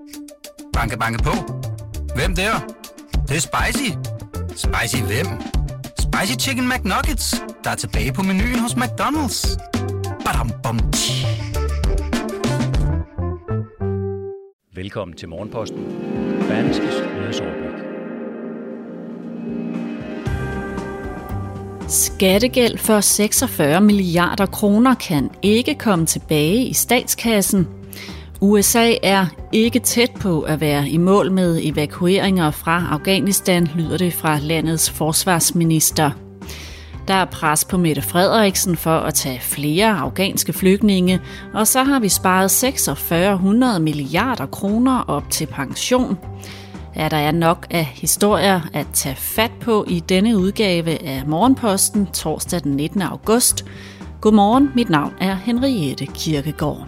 Banke, banke på. Hvem der? Det er spicy. Spicy hvem? Spicy Chicken McNuggets, der er tilbage på menuen hos McDonald's. Badum, bom, tji. Velkommen til Morgenposten. Berlingskes nyhedsoverblik. Skattegæld for 46 milliarder kroner kan ikke komme tilbage i statskassen. USA er ikke tæt på at være i mål med evakueringer fra Afghanistan, lyder det fra landets forsvarsminister. Der er pres på Mette Frederiksen for at tage flere afghanske flygtninge, og så har vi sparet 4600 milliarder kroner op til pension. Ja, der er nok af historier at tage fat på i denne udgave af Morgenposten torsdag den 19. august. Godmorgen, mit navn er Henriette Kirkegaard.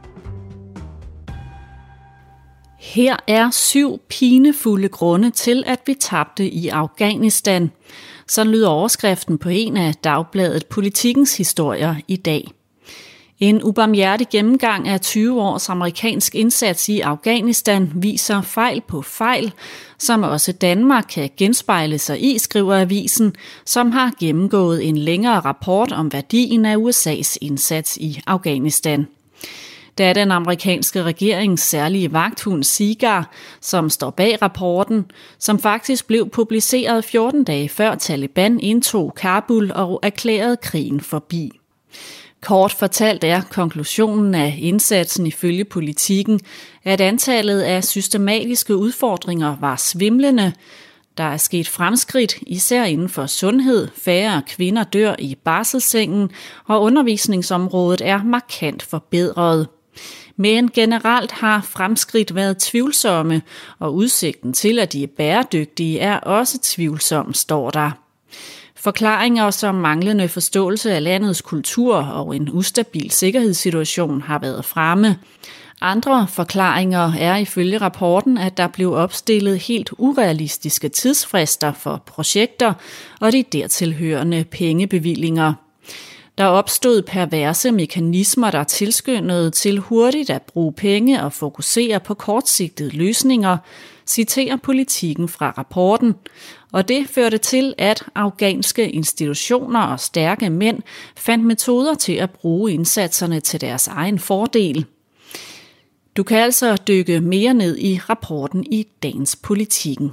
Her er 7 pinefulde grunde til, at vi tabte i Afghanistan. Sådan lyder overskriften på en af dagbladet Politikens historier i dag. En ubarmhjertig gennemgang af 20 års amerikansk indsats i Afghanistan viser fejl på fejl, som også Danmark kan genspejle sig i, skriver avisen, som har gennemgået en længere rapport om værdien af USA's indsats i Afghanistan. Det er den amerikanske regerings særlige vagthund SIGAR, som står bag rapporten, som faktisk blev publiceret 14 dage før Taliban indtog Kabul og erklærede krigen forbi. Kort fortalt er konklusionen af indsatsen ifølge Politikken, at antallet af systematiske udfordringer var svimlende. Der er sket fremskridt, især inden for sundhed, færre kvinder dør i barselssengen, og undervisningsområdet er markant forbedret. Men generelt har fremskridt været tvivlsomme, og udsigten til, at de er bæredygtige, er også tvivlsom, står der. Forklaringer som manglende forståelse af landets kultur og en ustabil sikkerhedssituation har været fremme. Andre forklaringer er ifølge rapporten, at der blev opstillet helt urealistiske tidsfrister for projekter og de dertilhørende pengebevillinger. Der opstod perverse mekanismer, der tilskyndede til hurtigt at bruge penge og fokusere på kortsigtede løsninger, citerer Politikken fra rapporten, og det førte til, at afghanske institutioner og stærke mænd fandt metoder til at bruge indsatserne til deres egen fordel. Du kan altså dykke mere ned i rapporten i dagens Politikken.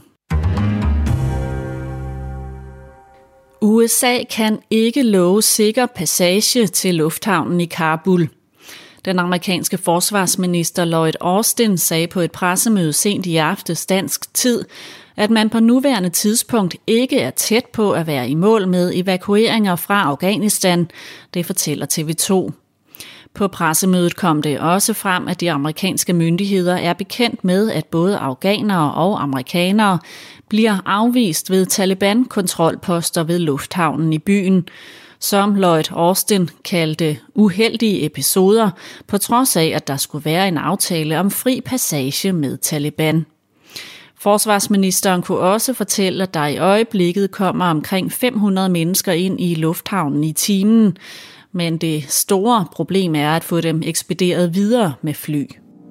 USA kan ikke love sikker passage til lufthavnen i Kabul. Den amerikanske forsvarsminister Lloyd Austin sagde på et pressemøde sent i aftes dansk tid, at man på nuværende tidspunkt ikke er tæt på at være i mål med evakueringer fra Afghanistan, det fortæller TV2. På pressemødet kom det også frem, at de amerikanske myndigheder er bekendt med, at både afghanere og amerikanere bliver afvist ved Taliban-kontrolposter ved lufthavnen i byen, som Lloyd Austin kaldte uheldige episoder, på trods af, at der skulle være en aftale om fri passage med Taliban. Forsvarsministeren kunne også fortælle, at der i øjeblikket kommer omkring 500 mennesker ind i lufthavnen i timen, men det store problem er at få dem ekspederet videre med fly.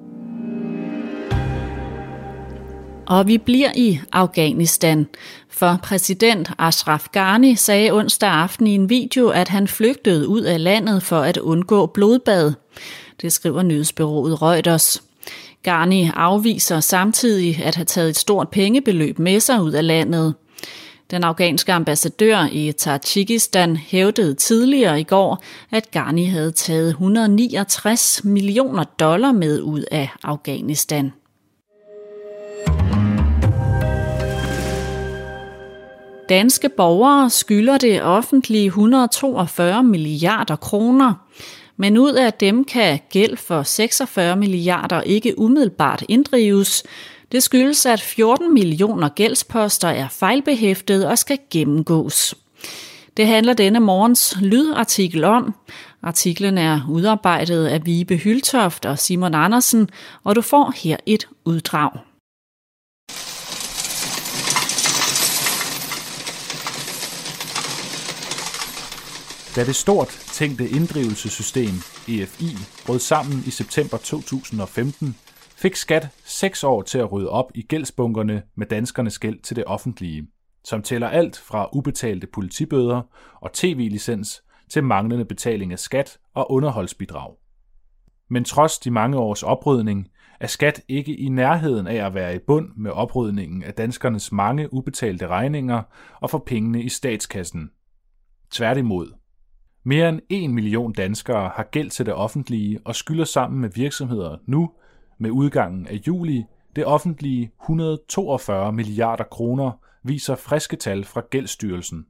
Og vi bliver i Afghanistan, for præsident Ashraf Ghani sagde onsdag aften i en video, at han flygtede ud af landet for at undgå blodbad. Det skriver nyhedsbureauet Reuters. Ghani afviser samtidig at have taget et stort pengebeløb med sig ud af landet. Den afghanske ambassadør i Tadsjikistan hævdede tidligere i går, at Ghani havde taget $169 millioner med ud af Afghanistan. Danske borgere skylder det offentlige 142 milliarder kroner, men ud af dem kan gæld for 46 milliarder ikke umiddelbart inddrives. Det skyldes, at 14 millioner gældsposter er fejlbehæftet og skal gennemgås. Det handler denne morgens lydartikel om. Artiklen er udarbejdet af Vibe Hyltoft og Simon Andersen, og du får her et uddrag. Da det stort tænkte inddrivelsessystem, EFI, brød sammen i september 2015, fik Skat 6 år til at rydde op i gældsbunkerne med danskernes gæld til det offentlige, som tæller alt fra ubetalte politibøder og tv-licens til manglende betaling af skat og underholdsbidrag. Men trods de mange års oprydning er Skat ikke i nærheden af at være i bund med oprydningen af danskernes mange ubetalte regninger og for pengene i statskassen. Tværtimod. Mere end 1 million danskere har gæld til det offentlige og skylder sammen med virksomheder nu, med udgangen af juli, det offentlige 142 milliarder kroner, viser friske tal fra Gældsstyrelsen.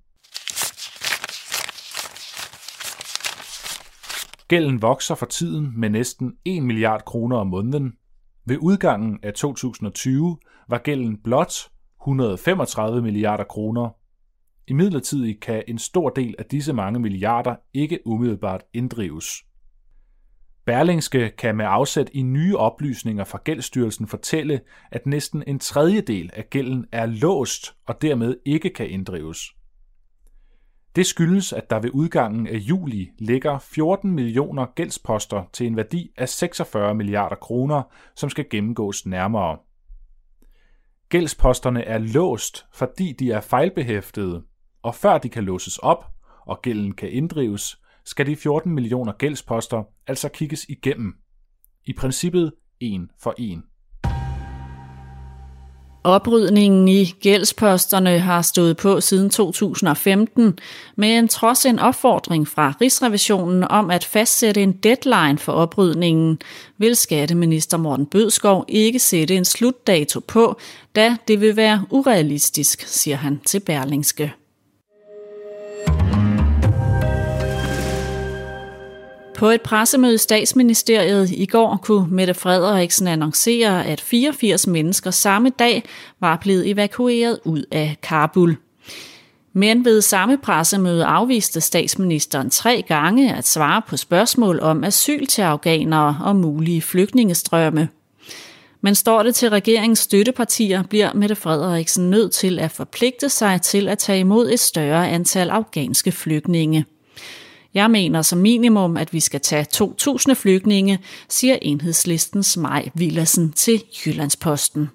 Gælden vokser for tiden med næsten 1 milliard kroner om måneden. Ved udgangen af 2020 var gælden blot 135 milliarder kroner. Imidlertid kan en stor del af disse mange milliarder ikke umiddelbart inddrives. Berlingske kan med afsæt i nye oplysninger fra Gældsstyrelsen fortælle, at næsten en tredjedel af gælden er låst og dermed ikke kan inddrives. Det skyldes, at der ved udgangen af juli ligger 14 millioner gældsposter til en værdi af 46 milliarder kroner, som skal gennemgås nærmere. Gældsposterne er låst, fordi de er fejlbehæftede, og før de kan låses op og gælden kan inddrives, skal de 14 millioner gældsposter altså kigges igennem. I princippet en for en. Oprydningen i gældsposterne har stået på siden 2015, men trods en opfordring fra Rigsrevisionen om at fastsætte en deadline for oprydningen, vil skatteminister Morten Bødskov ikke sætte en slutdato på, da det vil være urealistisk, siger han til Berlingske. På et pressemøde i Statsministeriet i går kunne Mette Frederiksen annoncere, at 84 mennesker samme dag var blevet evakueret ud af Kabul. Men ved samme pressemøde afviste statsministeren 3 gange at svare på spørgsmål om asyl til afghanere og mulige flygtningestrømme. Men står det til regeringens støttepartier, bliver Mette Frederiksen nødt til at forpligte sig til at tage imod et større antal afghanske flygtninge. Jeg mener som minimum, at vi skal tage 2.000 flygtninge, siger Enhedslistens Maj Villadsen til Jyllandsposten.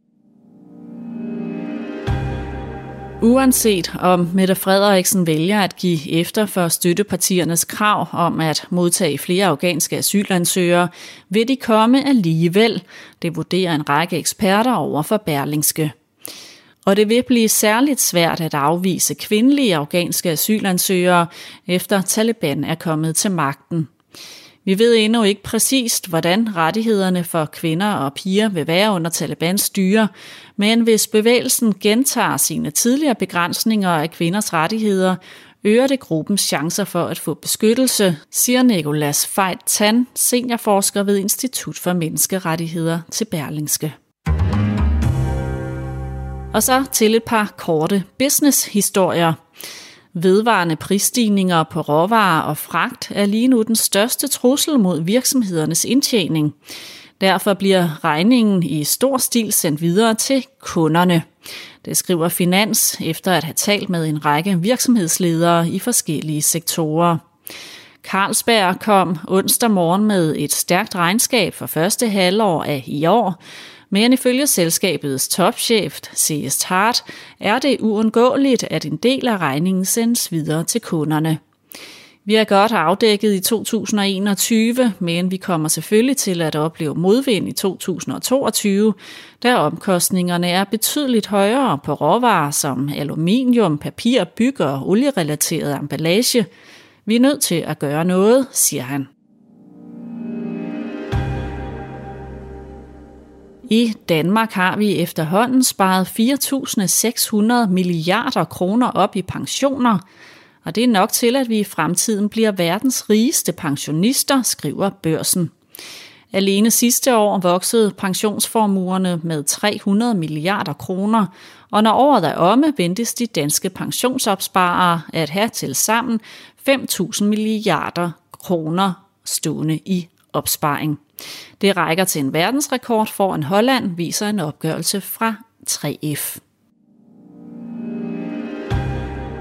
Uanset om Mette Frederiksen vælger at give efter for støttepartiernes krav om at modtage flere afghanske asylansøgere, vil de komme alligevel, det vurderer en række eksperter over for Berlingske. Og det vil blive særligt svært at afvise kvindelige afghanske asylansøgere, efter Taliban er kommet til magten. Vi ved endnu ikke præcist, hvordan rettighederne for kvinder og piger vil være under Talibans styre, men hvis bevægelsen gentager sine tidligere begrænsninger af kvinders rettigheder, øger det gruppens chancer for at få beskyttelse, siger Nicolas Fejt Tan, seniorforsker ved Institut for Menneskerettigheder til Berlingske. Og så til et par korte business-historier. Vedvarende prisstigninger på råvarer og fragt er lige nu den største trussel mod virksomhedernes indtjening. Derfor bliver regningen i stor stil sendt videre til kunderne. Det skriver Finans efter at have talt med en række virksomhedsledere i forskellige sektorer. Carlsberg kom onsdag morgen med et stærkt regnskab for første halvår af i år, men ifølge selskabets topchef, C.S. Hart, er det uundgåeligt, at en del af regningen sendes videre til kunderne. Vi er godt afdækket i 2021, men vi kommer selvfølgelig til at opleve modvind i 2022, da omkostningerne er betydeligt højere på råvarer som aluminium, papir, byg og olierelateret emballage. Vi er nødt til at gøre noget, siger han. I Danmark har vi efterhånden sparet 4.600 milliarder kroner op i pensioner, og det er nok til, at vi i fremtiden bliver verdens rigeste pensionister, skriver Børsen. Alene sidste år voksede pensionsformuerne med 300 milliarder kroner, og når året er omme, ventes de danske pensionsopsparere at have til sammen 5.000 milliarder kroner stående i opsparing. Det rækker til en verdensrekord foran Holland, viser en opgørelse fra 3F.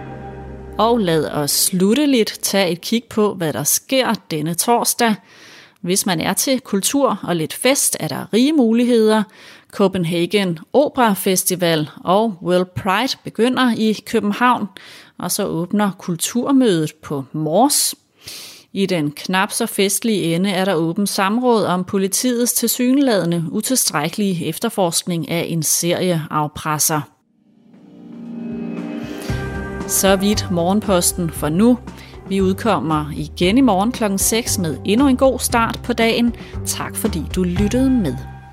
Og lad os slutteligt tage et kig på, hvad der sker denne torsdag. Hvis man er til kultur og lidt fest, er der rige muligheder. Copenhagen Opera Festival og World Pride begynder i København, og så åbner Kulturmødet på Mors. I den knap så festlige ende er der åbent samråd om politiets tilsyneladende utilstrækkelige efterforskning af en serieafpresser. Så vidt Morgenposten for nu. Vi udkommer igen i morgen kl. 6 med endnu en god start på dagen. Tak fordi du lyttede med.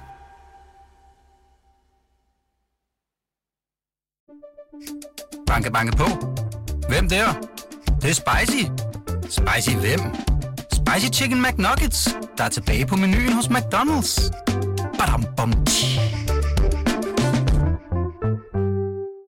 Banke, banke på. Hvem der? Det er spicy. Spicy hvem? Spicy Chicken McNuggets, der er tilbage på menuen hos McDonald's. Badum, bom,